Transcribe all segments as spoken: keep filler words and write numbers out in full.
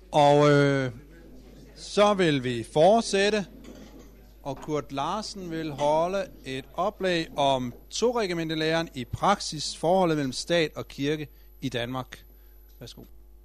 Og øh, så vil vi fortsætte, og Kurt Larsen vil holde et oplæg om toregimentelæren i praksis, forholdet mellem stat og kirke i Danmark. Værsgo.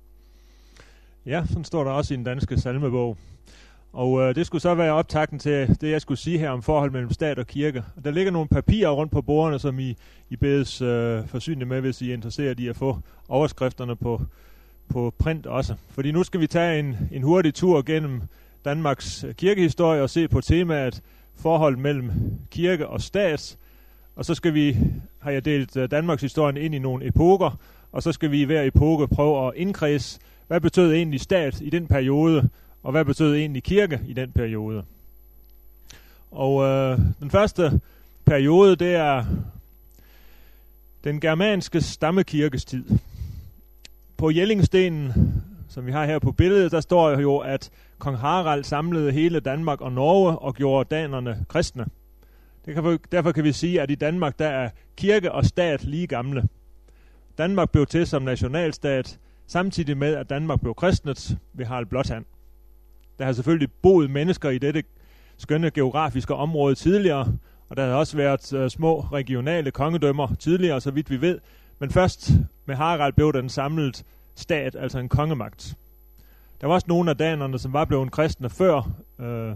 Ja, sådan står der også i den danske salmebog. Og øh, det skulle så være optakten til det, jeg skulle sige her om forhold mellem stat og kirke. Og der ligger nogle papirer rundt på bordene, som I, I bedes øh, forsyne med, hvis I er interesseret i at få overskrifterne på, på print også. Fordi nu skal vi tage en, en hurtig tur gennem Danmarks kirkehistorie og se på temaet forhold mellem kirke og stat. Og så skal vi, har jeg delt uh, Danmarks historien ind i nogle epoker, og så skal vi i hver epoke prøve at indkredse, hvad betød egentlig stat i den periode, og hvad betød egentlig kirke i den periode. Og øh, den første periode, det er den germanske stammekirkes tid. På Jellingstenen, som vi har her på billedet, der står jo, at kong Harald samlede hele Danmark og Norge og gjorde danerne kristne. Det kan, derfor kan vi sige, at i Danmark der er kirke og stat lige gamle. Danmark blev til som nationalstat, samtidig med, at Danmark blev kristnet ved Harald Blåtand. Der har selvfølgelig boet mennesker i dette skønne geografiske område tidligere, og der har også været uh, små regionale kongedømmer tidligere, så vidt vi ved. Men først med Harald blev den samlet stat, altså en kongemagt. Der var også nogle af danerne, som var blevet kristne før. Øh,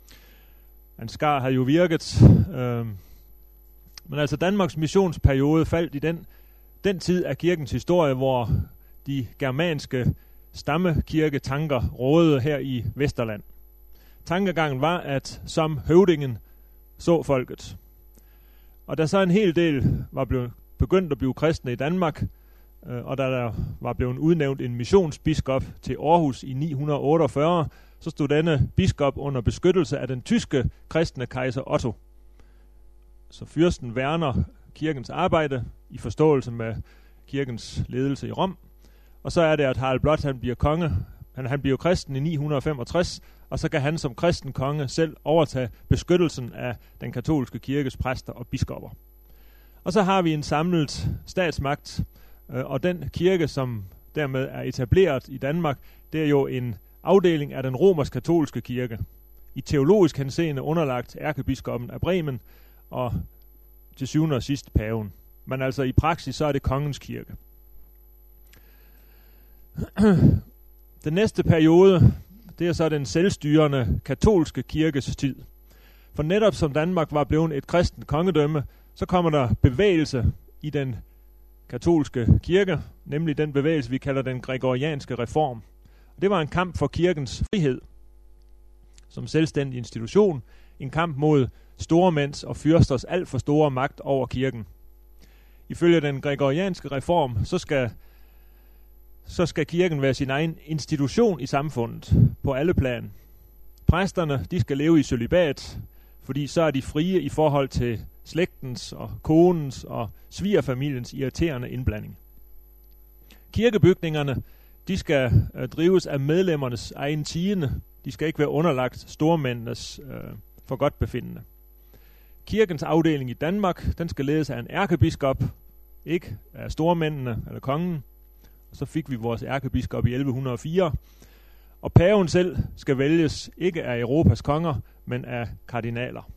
Ansgar har jo virket. Øh, men altså Danmarks missionsperiode faldt i den, den tid af kirkens historie, hvor de germanske stammekirketanker rådede her i Vesterland. Tankegangen var, at som høvdingen så folket. Og da så en hel del var blevet, begyndt at blive kristne i Danmark, øh, og da der var blevet udnævnt en missionsbiskop til Aarhus i ni hundrede otteogfyrre, så stod denne biskop under beskyttelse af den tyske kristne kejser Otto. Så fyrsten værner kirkens arbejde i forståelse med kirkens ledelse i Rom. Og så er det, at Harald Blåtand bliver konge. Han, han bliver kristen i ni hundrede femogtres, og så kan han som kristen konge selv overtage beskyttelsen af den katolske kirkes præster og biskopper. Og så har vi en samlet statsmagt, øh, og den kirke, som dermed er etableret i Danmark, det er jo en afdeling af den romersk-katolske kirke. I teologisk henseende underlagt ærkebiskoppen af Bremen, og til syvende og sidst paven. Men altså i praksis, så er det kongens kirke. Den næste periode, det er så den selvstyrende katolske kirkes tid. For netop som Danmark var blevet et kristent kongedømme, så kommer der bevægelse i den katolske kirke, nemlig den bevægelse, vi kalder den gregorianske reform. Det var en kamp for kirkens frihed som selvstændig institution, en kamp mod stormænds og fyrsters alt for store magt over kirken. Ifølge den gregorianske reform, så skal så skal kirken være sin egen institution i samfundet på alle plan. Præsterne, de skal leve i cølibat, fordi så er de frie i forhold til slægtens og konens og svigerfamiliens irriterende indblanding. Kirkebygningerne, de skal øh, drives af medlemmernes egen tiende. De skal ikke være underlagt stormændenes øh, forgodtbefindende. Kirkens afdeling i Danmark, den skal ledes af en ærkebiskop, ikke af stormændene eller kongen. Så fik vi vores ærkebiskop i elleve hundrede og fire. Og paven selv skal vælges ikke af Europas konger, men af kardinaler.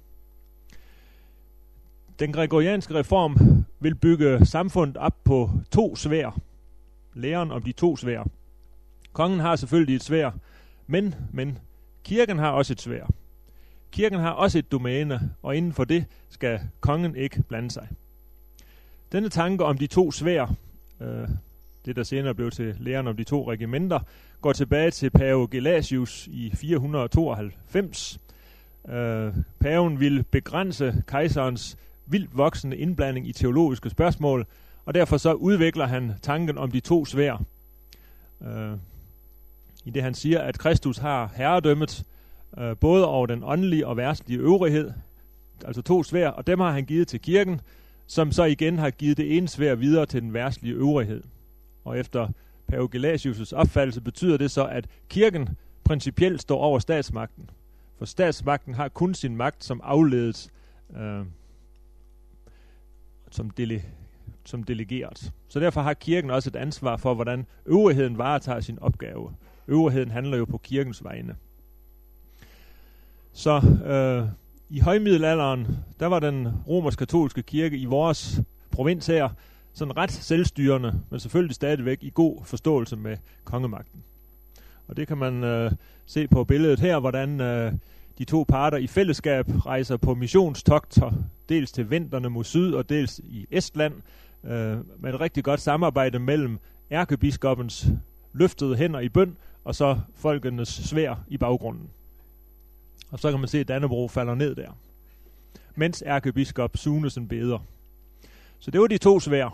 Den gregorianske reform vil bygge samfundet op på to sværd. Læren om de to sværd. Kongen har selvfølgelig et sværd, men, men kirken har også et sværd. Kirken har også et domæne, og inden for det skal kongen ikke blande sig. Denne tanke om de to sværd, øh, det der senere blev til læren om de to regimenter, går tilbage til pave Gelasius i fire hundrede og tooghalvfems. Øh, paven ville begrænse kejserens vildt voksende indblanding i teologiske spørgsmål, og derfor så udvikler han tanken om de to sværd. Øh, I det han siger, at Kristus har herredømmet øh, både over den åndelige og verdslige øvrighed, altså to sværd, og dem har han givet til kirken, som så igen har givet det ene sværd videre til den verdslige øvrighed. Og efter pave Gelasius' opfattelse betyder det så, at kirken principielt står over statsmagten. For statsmagten har kun sin magt som afledet, øh, som, dele, som delegeret. Så derfor har kirken også et ansvar for, hvordan øvrigheden varetager sin opgave. Øvrigheden handler jo på kirkens vegne. Så øh, i højmiddelalderen, der var den romersk-katolske kirke i vores provins her sådan ret selvstyrende, men selvfølgelig stadigvæk i god forståelse med kongemagten. Og det kan man øh, se på billedet her, hvordan øh, de to parter i fællesskab rejser på missionstogter, dels til Venderne mod syd og dels i Estland, øh, med et rigtig godt samarbejde mellem ærkebiskoppens løftede hænder i bøn, og så folkenes sværd i baggrunden. Og så kan man se, at Dannebrog falder ned der, mens ærkebiskop Sunesen beder. Så det var de to sværd.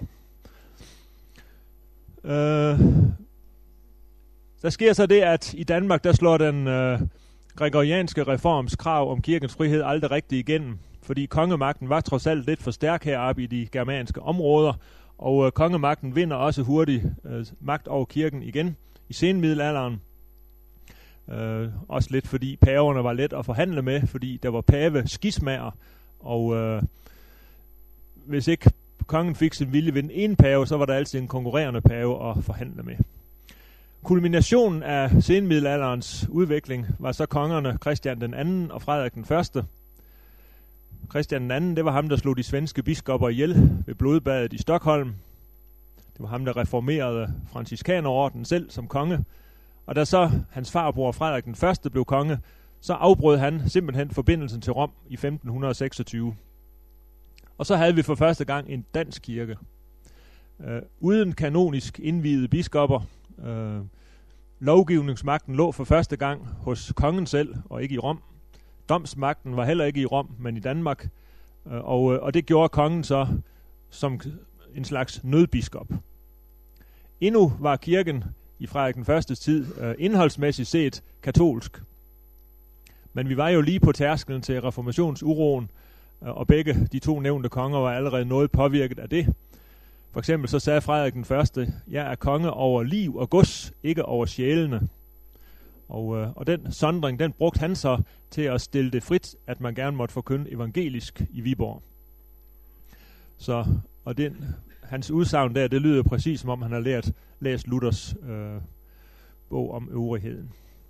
Øh, der sker så det, at i Danmark, der slår den øh, gregorianske reforms krav om kirkens frihed aldrig rigtig igennem, fordi kongemagten var trods alt lidt for stærk heroppe i de germanske områder, og øh, kongemagten vinder også hurtigt øh, magt over kirken igen i senmiddelalderen. Øh, også lidt fordi paverne var let at forhandle med, fordi der var pave skismager, og øh, hvis ikke kongen fik sin vilje ved den ene pave, så var der altid en konkurrerende pave at forhandle med. Kulminationen af senmiddelalderens udvikling var så kongerne Christian den anden og Frederik den første. Christian den anden, det var ham, der slog de svenske biskopper ihjel ved blodbadet i Stockholm. Det var ham, der reformerede franciskanerordenen selv som konge. Og da så hans farbror Frederik den første blev konge, så afbrød han simpelthen forbindelsen til Rom i femten seksogtyve. Og så havde vi for første gang en dansk kirke. Øh, uden kanonisk indviede biskopper. Øh, lovgivningsmagten lå for første gang hos kongen selv, og ikke i Rom. Domsmagten var heller ikke i Rom, men i Danmark. Øh, og, og det gjorde kongen så som en slags nødbiskop. Endnu var kirken i Frederik den første tid øh, indholdsmæssigt set katolsk. Men vi var jo lige på tærsklen til reformationsuroen, øh, og begge de to nævnte konger var allerede noget påvirket af det. For eksempel så sagde Frederik den første, jeg er konge over liv og gods, ikke over sjælene. Og, øh, og den sondring, den brugte han så til at stille det frit, at man gerne måtte forkynde evangelisk i Viborg. Så, og den, hans udsagn der, det lyder præcis som om han har lært, læst Luthers øh, bog om øvrigheden.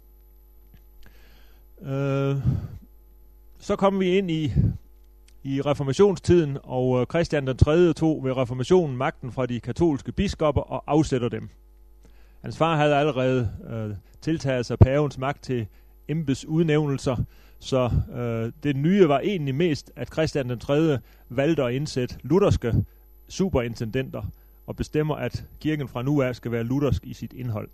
Øh, så kom vi ind i i reformationstiden, og Christian den tredje tog ved reformationen magten fra de katolske biskopper og afsætter dem. Hans far havde allerede øh, tiltaget sig pavens magt til embedsudnævnelser, så øh, det nye var egentlig mest, at Christian den tredje valgte at indsætte lutherske superintendenter og bestemmer, at kirken fra nu af skal være luthersk i sit indhold.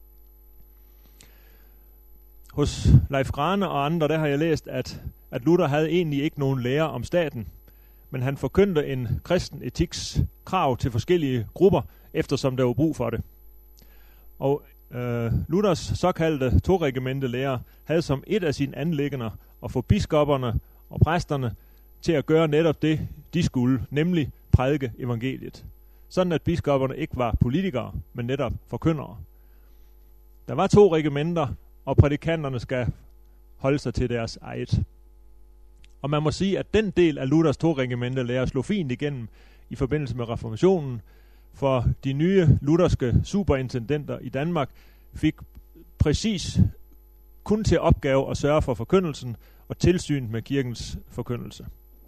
Hos Leif Grane og andre, der har jeg læst, at, at Luther havde egentlig ikke nogen lære om staten, men han forkyndte en kristen etiks krav til forskellige grupper, eftersom der var brug for det. Og øh, Luthers såkaldte toregimentelærer havde som et af sine anliggender at få biskopperne og præsterne til at gøre netop det, de skulle, nemlig prædike evangeliet. Sådan at biskopperne ikke var politikere, men netop forkyndere. Der var to regimenter, og prædikanterne skal holde sig til deres eget. Og man må sige, at den del af Luthers toregimentelære slog fint igennem i forbindelse med reformationen, for de nye lutherske superintendenter i Danmark fik præcis kun til opgave at sørge for forkyndelsen og tilsyn med kirkens forkyndelse.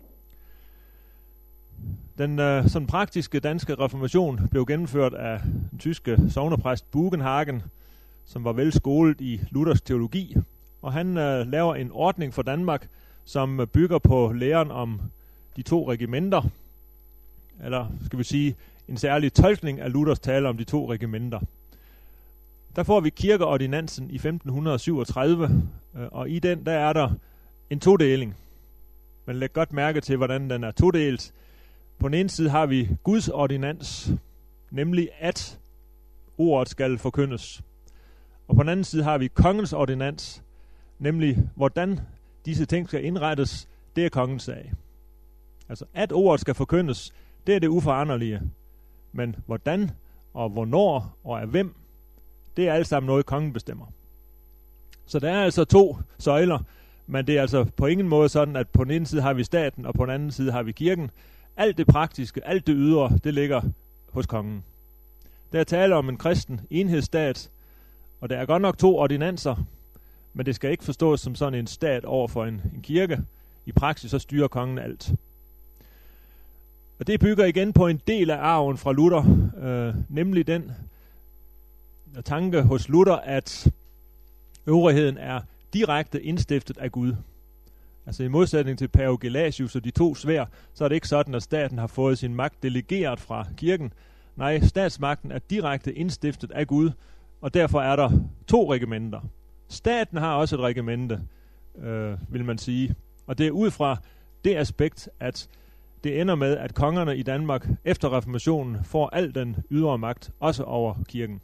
Den øh, sådan praktiske danske reformation blev gennemført af den tyske sognepræst Bugenhagen, som var velskolet i luthersk teologi, og han øh, laver en ordning for Danmark, som bygger på læren om de to regimenter, eller skal vi sige, en særlig tolkning af Luthers tale om de to regimenter. Der får vi kirkeordinansen i femten syvogtredive, øh, og i den der er der en todeling. Men læg godt mærke til, hvordan den er todelt. På den ene side har vi Guds ordinans, nemlig at ordet skal forkyndes. Og på den anden side har vi kongens ordinans, nemlig hvordan disse ting skal indrettes, det er kongens sag. Altså at ordet skal forkyndes, det er det uforanderlige. Men hvordan og hvornår og af hvem, det er alt sammen noget, kongen bestemmer. Så der er altså to søjler, men det er altså på ingen måde sådan, at på den ene side har vi staten, og på den anden side har vi kirken. Alt det praktiske, alt det ydre, det ligger hos kongen. Der er tale om en kristen enhedsstat, og der er godt nok to ordinanser, men det skal ikke forstås som sådan en stat over for en, en kirke. I praksis så styrer kongen alt. Og det bygger igen på en del af arven fra Luther, øh, nemlig den tanke hos Luther, at øvrigheden er direkte indstiftet af Gud. Altså i modsætning til Pave Gelasius og de to svær, så er det ikke sådan, at staten har fået sin magt delegeret fra kirken. Nej, statsmagten er direkte indstiftet af Gud, og derfor er der to regimenter. Staten har også et regimente, øh, vil man sige. Og det er ud fra det aspekt, at det ender med, at kongerne i Danmark efter reformationen får al den ydre magt, også over kirken.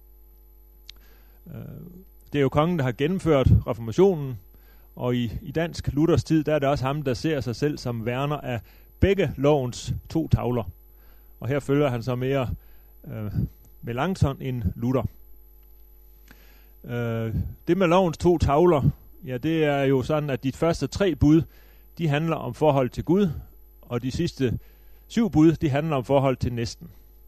Det er jo kongen, der har gennemført reformationen, og i, i dansk Luthers tid, der er det også ham, der ser sig selv som værner af begge lovens to tavler. Og her følger han så mere øh, Melanchthon end Luther. Øh, det med lovens to tavler, ja, det er jo sådan, at de første tre bud, de handler om forhold til Gud, og de sidste syv bud, de handler om forhold til næsten.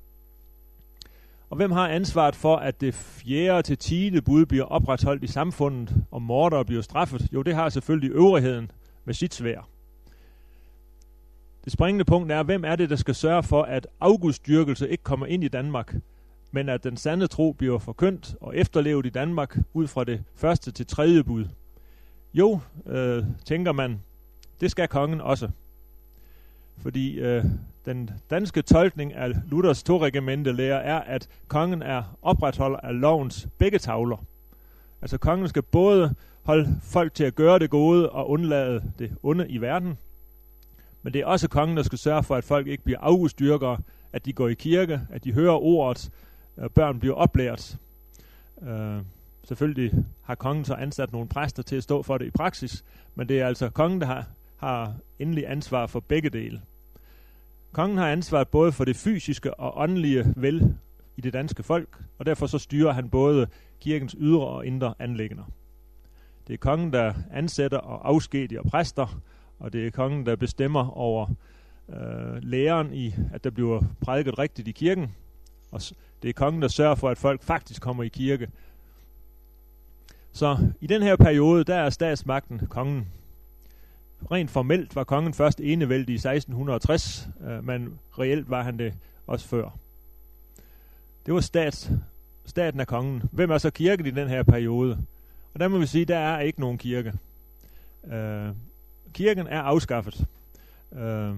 Og hvem har ansvaret for, at det fjerde til tiende bud bliver opretholdt i samfundet, og mordere bliver straffet? Jo, det har selvfølgelig øvrigheden med sit sværd. Det springende punkt er, hvem er det, der skal sørge for, at afgudsdyrkelse ikke kommer ind i Danmark, men at den sande tro bliver forkyndt og efterlevet i Danmark ud fra det første til tredje bud? Jo, øh, tænker man, det skal kongen også. Fordi øh, den danske tolkning af Luthers to-regimente-lære er, at kongen er opretholder af lovens begge tavler. Altså kongen skal både holde folk til at gøre det gode og undlade det onde i verden, men det er også kongen, der skal sørge for, at folk ikke bliver afgudsdyrkere, at de går i kirke, at de hører ordet, at børn bliver oplært. Øh, selvfølgelig har kongen så ansat nogle præster til at stå for det i praksis, men det er altså kongen, der har, har endelig ansvar for begge dele. Kongen har ansvaret både for det fysiske og åndelige vel i det danske folk, og derfor så styrer han både kirkens ydre og indre anliggender. Det er kongen, der ansætter og afskediger præster, og det er kongen, der bestemmer over øh, læren i, at der bliver prædiket rigtigt i kirken, og det er kongen, der sørger for, at folk faktisk kommer i kirke. Så i den her periode, der er statsmagten kongen. Rent formelt var kongen først enevældig i seksten tres, øh, men reelt var han det også før. Det var stat, staten af kongen. Hvem er så kirken i den her periode? Og der må vi sige, der er ikke nogen kirke. Øh, kirken er afskaffet. Øh,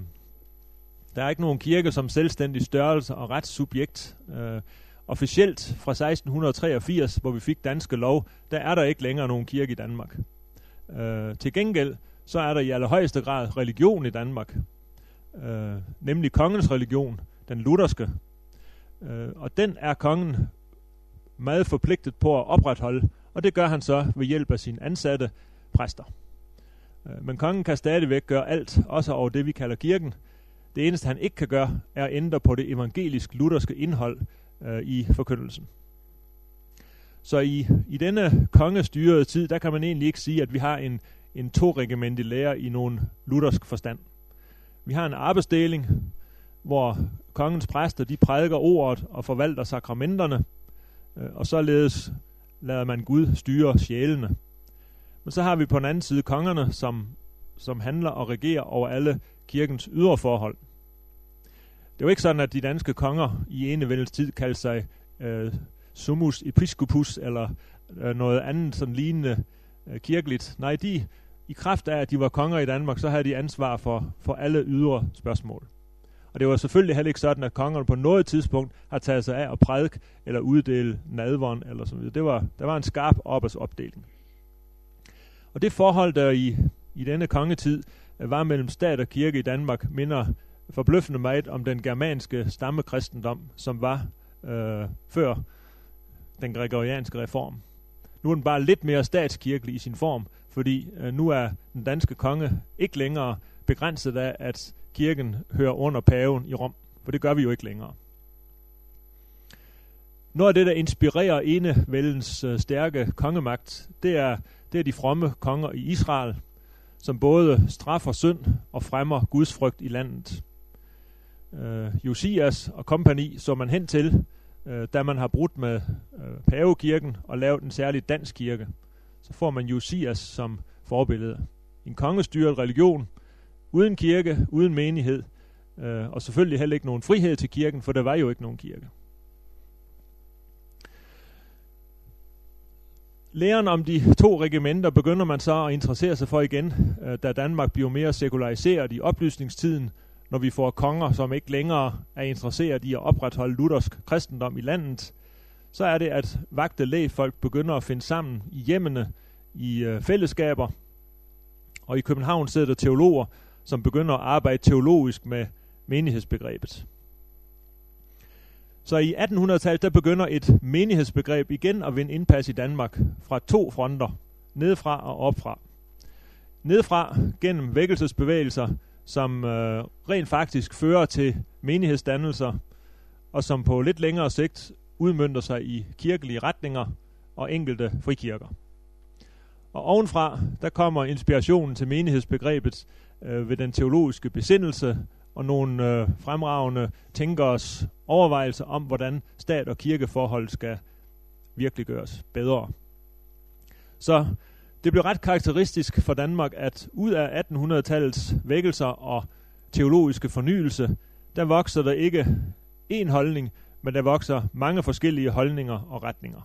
der er ikke nogen kirke som selvstændig størrelse og retssubjekt. Øh, officielt fra seksten treogfirs, hvor vi fik danske lov, der er der ikke længere nogen kirke i Danmark. Øh, til gengæld så er der i allerhøjeste grad religion i Danmark, øh, nemlig kongens religion, den lutherske. Øh, og den er kongen meget forpligtet på at opretholde, og det gør han så ved hjælp af sine ansatte præster. Øh, men kongen kan stadigvæk gøre alt, også over det vi kalder kirken. Det eneste han ikke kan gøre, er at ændre på det evangelisk-lutherske indhold øh, i forkyndelsen. Så i, i denne kongestyrede tid, der kan man egentlig ikke sige, at vi har en en to-regimentig lære i nogen luthersk forstand. Vi har en arbejdsdeling, hvor kongens præster, de prædiker ordet og forvalter sakramenterne, øh, og således lader man Gud styre sjælene. Men så har vi på den anden side kongerne, som, som handler og regerer over alle kirkens ydre forhold. Det er jo ikke sådan, at de danske konger i enevældens tid kaldte sig øh, summus episcopus eller øh, noget andet sådan lignende øh, kirkeligt. Nej, de i kraft af, at de var konger i Danmark, så havde de ansvar for, for alle ydre spørgsmål. Og det var selvfølgelig heller ikke sådan, at kongerne på noget tidspunkt har taget sig af at prædike eller uddele nadveren eller sådan noget. Det var, der var en skarp opdeling. Og det forhold, der i, i denne kongetid var mellem stat og kirke i Danmark, minder forbløffende meget om den germanske stammekristendom, som var øh, før den gregorianske reform. Nu er den bare lidt mere statskirkelig i sin form, fordi øh, nu er den danske konge ikke længere begrænset af, at kirken hører under paven i Rom, for det gør vi jo ikke længere. Noget af det, der inspirerer enevældens øh, stærke kongemagt, det er, det er de fromme konger i Israel, som både straffer synd og fremmer Guds frygt i landet. øh, Josias og kompagni så man hen til, øh, da man har brudt med øh, pavekirken og lavet en særlig dansk kirke. Så får man Josias som forbillede. En kongestyret religion, uden kirke, uden menighed, øh, og selvfølgelig heller ikke nogen frihed til kirken, for der var jo ikke nogen kirke. Læren om de to regimenter begynder man så at interessere sig for igen, øh, da Danmark bliver mere sekulariseret i oplysningstiden, når vi får konger, som ikke længere er interesseret i at opretholde luthersk kristendom i landet. Så er det, at vagte lægfolk begynder at finde sammen i hjemmene, i øh, fællesskaber, og i København sidder der teologer, som begynder at arbejde teologisk med menighedsbegrebet. Så i attenhundredetallet, der begynder et menighedsbegreb igen at vinde indpas i Danmark fra to fronter, nedefra og opfra. Nedefra gennem vækkelsesbevægelser, som øh, rent faktisk fører til menighedsdannelser, og som på lidt længere sigt udmønter sig i kirkelige retninger og enkelte frikirker. Og ovenfra, der kommer inspirationen til menighedsbegrebet øh, ved den teologiske besindelse og nogle øh, fremragende tænkeres overvejelser om, hvordan stat- og kirkeforhold skal virkelig gøres bedre. Så det blev ret karakteristisk for Danmark, at ud af attenhundredetallets vækkelser og teologiske fornyelse, der vokser der ikke én holdning, men der vokser mange forskellige holdninger og retninger.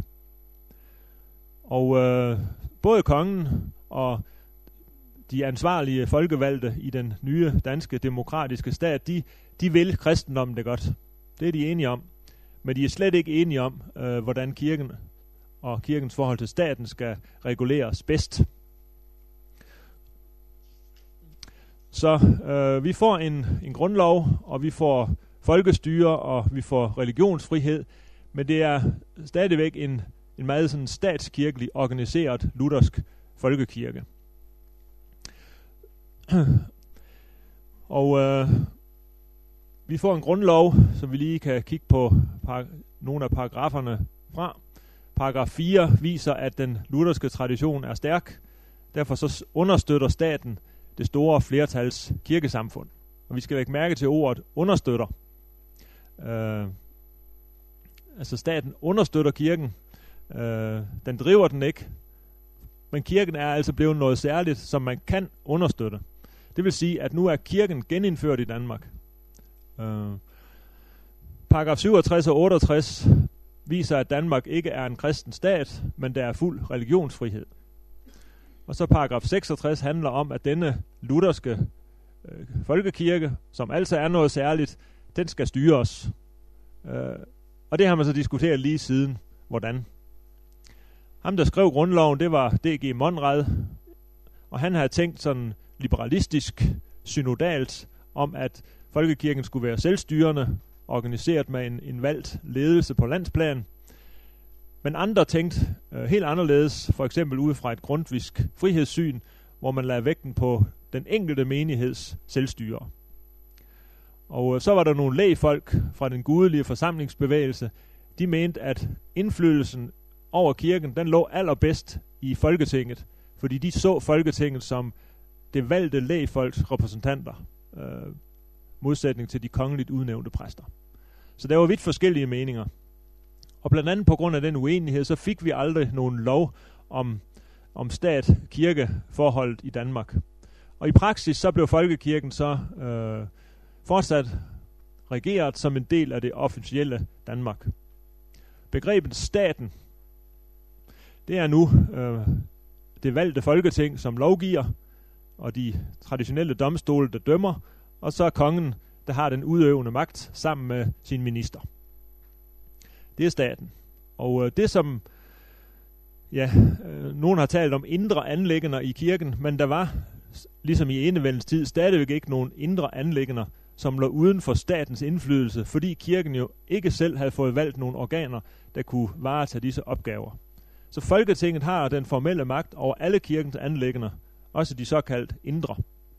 Og øh, både kongen og de ansvarlige folkevalgte i den nye danske demokratiske stat, de, de vil kristendommen det godt. Det er de enige om. Men de er slet ikke enige om, øh, hvordan kirken og kirkens forhold til staten skal reguleres bedst. Så øh, vi får en, en grundlov, og vi får folkestyre, og vi får religionsfrihed, men det er stadigvæk en, en meget sådan statskirkelig organiseret luthersk folkekirke. Og øh, vi får en grundlov, som vi lige kan kigge på par, nogle af paragraferne fra. Paragraf fire viser, at den lutherske tradition er stærk. Derfor så understøtter staten det store flertals kirkesamfund. Og vi skal lægge mærke til ordet understøtter. Øh, altså staten understøtter kirken. Øh, den driver den ikke. Men kirken er altså blevet noget særligt, som man kan understøtte. Det vil sige, at nu er kirken genindført i Danmark. Øh, paragraf syvogtres og otteogtres viser, at Danmark ikke er en kristen stat, men der er fuld religionsfrihed. Og så paragraf seksogtres handler om, at denne lutherske øh, folkekirke, som altså er noget særligt, den skal styre os. Øh, og det har man så diskuteret lige siden, hvordan. Ham, der skrev grundloven, det var D G Monrad, og han havde tænkt sådan liberalistisk, synodalt, om at folkekirken skulle være selvstyrende, organiseret med en, en valgt ledelse på landsplan. Men andre tænkte øh, helt anderledes, for eksempel ud fra et grundtvisk frihedssyn, hvor man lagde vægten på den enkelte menigheds selvstyre. Og øh, så var der nogle lægfolk fra den gudelige forsamlingsbevægelse, de mente, at indflydelsen over kirken, den lå allerbedst i Folketinget, fordi de så Folketinget som det valgte lægfolks repræsentanter, øh, modsætning til de kongeligt udnævnte præster. Så der var vidt forskellige meninger. Og blandt andet på grund af den uenighed, så fik vi aldrig nogen lov om, om stat-kirke-forholdet i Danmark. Og i praksis så blev folkekirken så øh, fortsat regeret som en del af det officielle Danmark. Begrebet staten, det er nu øh, det valgte folketing, som lovgiver, og de traditionelle domstole, der dømmer, og så er kongen, der har den udøvende magt sammen med sin minister. Det er staten. Og øh, det som, ja, øh, nogen har talt om indre anliggender i kirken, men der var, ligesom i enevældens tid, stadigvæk ikke nogen indre anliggender, som lå uden for statens indflydelse, fordi kirken jo ikke selv havde fået valgt nogle organer, der kunne varetage disse opgaver. Så Folketinget har den formelle magt over alle kirkens anliggender, også de såkaldt indre.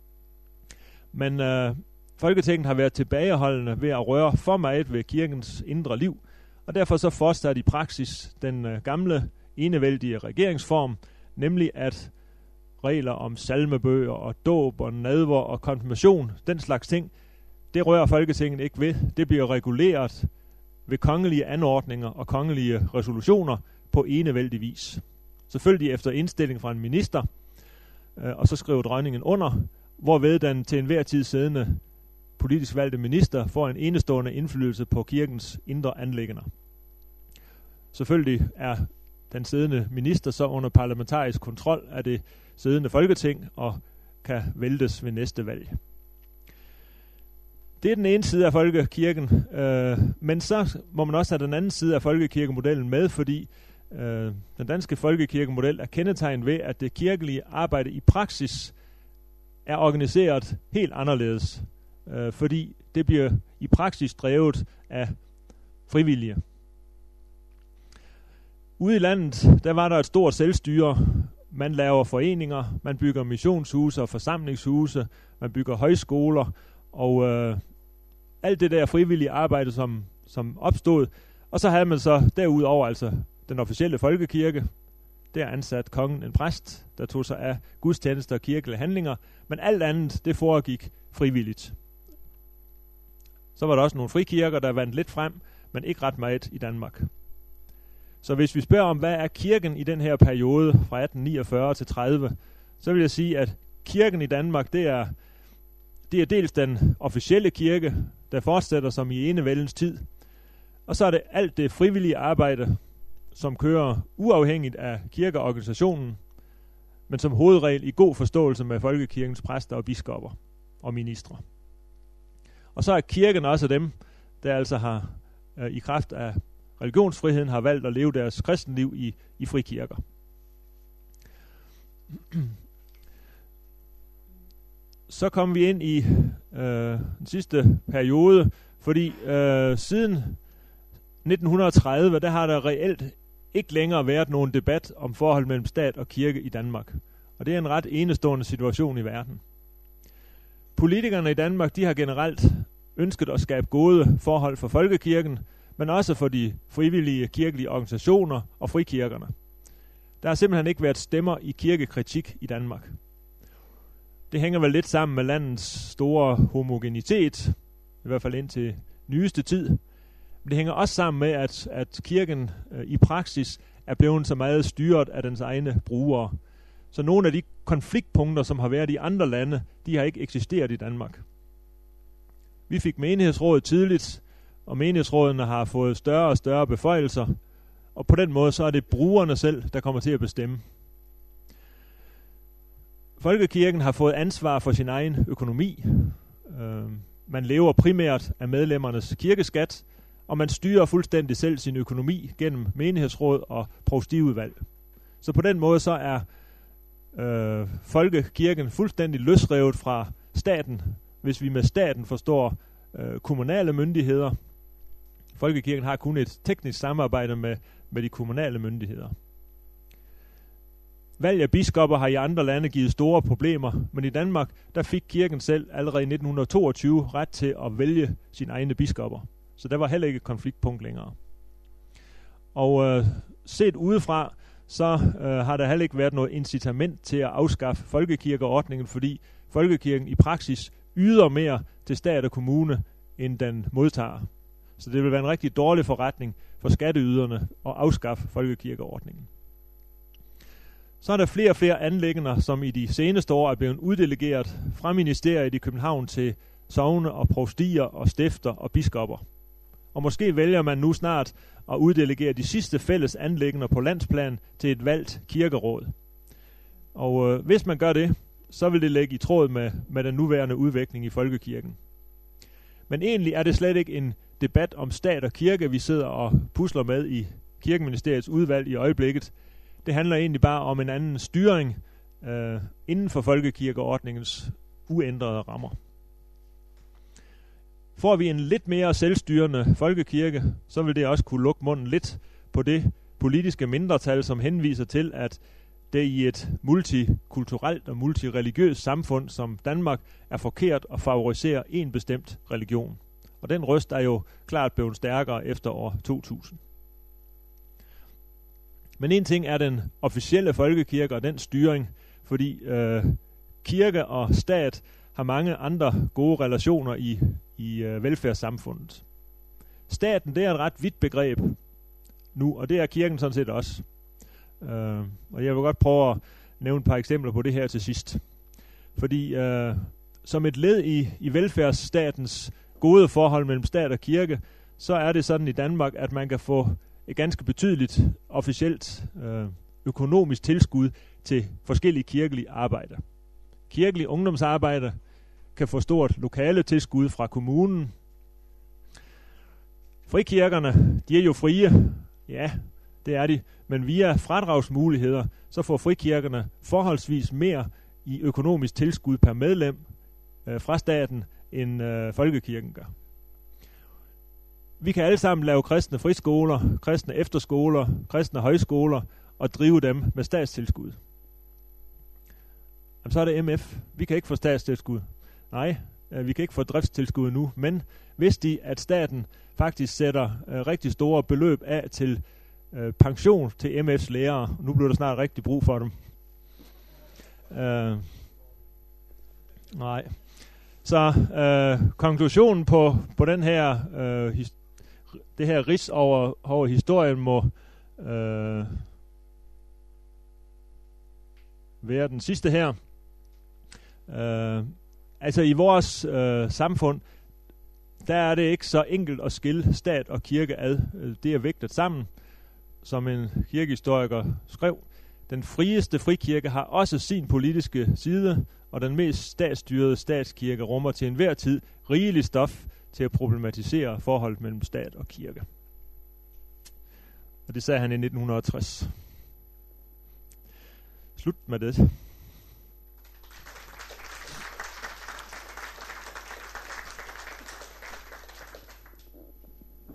Men øh, Folketinget har været tilbageholdende ved at røre for meget ved kirkens indre liv, og derfor så fortsatte i praksis den øh, gamle enevældige regeringsform, nemlig at regler om salmebøger og dåb og nadver og konfirmation, den slags ting, det rører Folketinget ikke ved. Det bliver reguleret ved kongelige anordninger og kongelige resolutioner på enevældig vis. Selvfølgelig efter indstilling fra en minister, øh, og så skriver dronningen under, hvorved den til enhver tid siddende politisk valgte minister får en enestående indflydelse på kirkens indre anliggender. Selvfølgelig er den siddende minister så under parlamentarisk kontrol af det siddende Folketing og kan væltes ved næste valg. Det er den ene side af folkekirken, øh, men så må man også have den anden side af folkekirkemodellen med, fordi øh, den danske folkekirkemodel er kendetegnet ved, at det kirkelige arbejde i praksis er organiseret helt anderledes, øh, fordi det bliver i praksis drevet af frivillige. Ude i landet, der var der et stort selvstyre. Man laver foreninger, man bygger missionshuse og forsamlingshuse, man bygger højskoler, og øh, alt det der frivillige arbejde, som, som opstod. Og så havde man så derudover altså den officielle folkekirke. Der ansat kongen en præst, der tog sig af gudstjenester og kirkelige handlinger, men alt andet, det foregik frivilligt. Så var der også nogle frikirker, der vandt lidt frem, men ikke ret meget i Danmark. Så hvis vi spørger om, hvad er kirken i den her periode fra atten niogfyrre til tredive, så vil jeg sige, at kirken i Danmark, det er, det er dels den officielle kirke, der fortsætter som i enevældens tid, og så er det alt det frivillige arbejde, som kører uafhængigt af kirkeorganisationen, men som hovedregel i god forståelse med folkekirkens præster og biskopper og ministre. Og så er kirken også dem, der altså har øh, i kraft af religionsfriheden har valgt at leve deres kristenliv i, i frikirker. Så kom vi ind i øh, den sidste periode, fordi øh, siden nitten tredive, der har der reelt ikke længere været nogen debat om forhold mellem stat og kirke i Danmark. Og det er en ret enestående situation i verden. Politikerne i Danmark, de har generelt ønsket at skabe gode forhold for folkekirken, men også for de frivillige kirkelige organisationer og frikirkerne. Der har simpelthen ikke været stemmer i kirkekritik i Danmark. Det hænger vel lidt sammen med landets store homogenitet, i hvert fald indtil nyeste tid. Men det hænger også sammen med, at, at kirken øh, i praksis er blevet så meget styret af dens egne brugere. Så nogle af de konfliktpunkter, som har været i andre lande, de har ikke eksisteret i Danmark. Vi fik menighedsråd tidligt, og menighedsrådene har fået større og større beføjelser, og på den måde så er det brugerne selv, der kommer til at bestemme. Folkekirken har fået ansvar for sin egen økonomi. Øh, man lever primært af medlemmernes kirkeskat, og man styrer fuldstændig selv sin økonomi gennem menighedsråd og provstiudvalg. Så på den måde så er øh, folkekirken fuldstændig løsrevet fra staten, hvis vi med staten forstår øh, kommunale myndigheder. Folkekirken har kun et teknisk samarbejde med, med de kommunale myndigheder. Valg af biskopper har i andre lande givet store problemer, men i Danmark der fik kirken selv allerede i nitten toogtyve ret til at vælge sine egne biskopper. Så der var heller ikke et konfliktpunkt længere. Og øh, set udefra, så øh, har der heller ikke været noget incitament til at afskaffe folkekirkeordningen, fordi folkekirken i praksis yder mere til stat og kommune, end den modtager. Så det vil være en rigtig dårlig forretning for skatteyderne at afskaffe folkekirkeordningen. Så er der flere og flere anliggender, som i de seneste år er blevet uddelegeret fra ministeriet i København til sogne og provstier og stifter og biskopper. Og måske vælger man nu snart at uddelegere de sidste fælles anliggender på landsplan til et valgt kirkeråd. Og øh, hvis man gør det, så vil det ligge i tråd med, med den nuværende udvikling i folkekirken. Men egentlig er det slet ikke en debat om stat og kirke, vi sidder og pusler med i Kirkeministeriets udvalg i øjeblikket. Det handler egentlig bare om en anden styring øh, inden for folkekirkeordningens uændrede rammer. Får vi en lidt mere selvstyrende folkekirke, så vil det også kunne lukke munden lidt på det politiske mindretal, som henviser til, at det i et multikulturelt og multireligiøst samfund som Danmark er forkert at favorisere en bestemt religion. Og den røst er jo klart blevet stærkere efter år to tusind. Men en ting er den officielle folkekirke og den styring, fordi øh, kirke og stat har mange andre gode relationer i, i øh, velfærdssamfundet. Staten, det er et ret vidt begreb nu, og det er kirken sådan set også. Øh, og jeg vil godt prøve at nævne et par eksempler på det her til sidst. Fordi øh, som et led i, i velfærdsstatens gode forhold mellem stat og kirke, så er det sådan i Danmark, at man kan få et ganske betydeligt officielt øh, økonomisk tilskud til forskellige kirkelige arbejder. Kirkelige ungdomsarbejder kan få stort lokale tilskud fra kommunen. Frikirkerne, de er jo frie. Ja, det er de. Men via fradragsmuligheder, så får frikirkerne forholdsvis mere i økonomisk tilskud per medlem øh, fra staten, end øh, folkekirken gør. Vi kan alle sammen lave kristne friskoler, kristne efterskoler, kristne højskoler og drive dem med statstilskud. Jamen, så er det M F. Vi kan ikke få statstilskud. Nej, øh, vi kan ikke få driftstilskud nu, men hvis de, at staten faktisk sætter øh, rigtig store beløb af til øh, pension til M F's lærere, nu bliver der snart rigtig brug for dem. Øh, nej. Så øh, konklusionen på, på den her, øh, his, det her rids over, over historien må øh, være den sidste her. Øh, altså i vores øh, samfund, der er det ikke så enkelt at skille stat og kirke ad. Det er vægtet sammen, som en kirkehistoriker skrev. Den frieste frikirke har også sin politiske side, og den mest statsstyrede statskirke rummer til enhver tid rigelig stof til at problematisere forholdet mellem stat og kirke. Og det sagde han i nitten tres. Slut med det.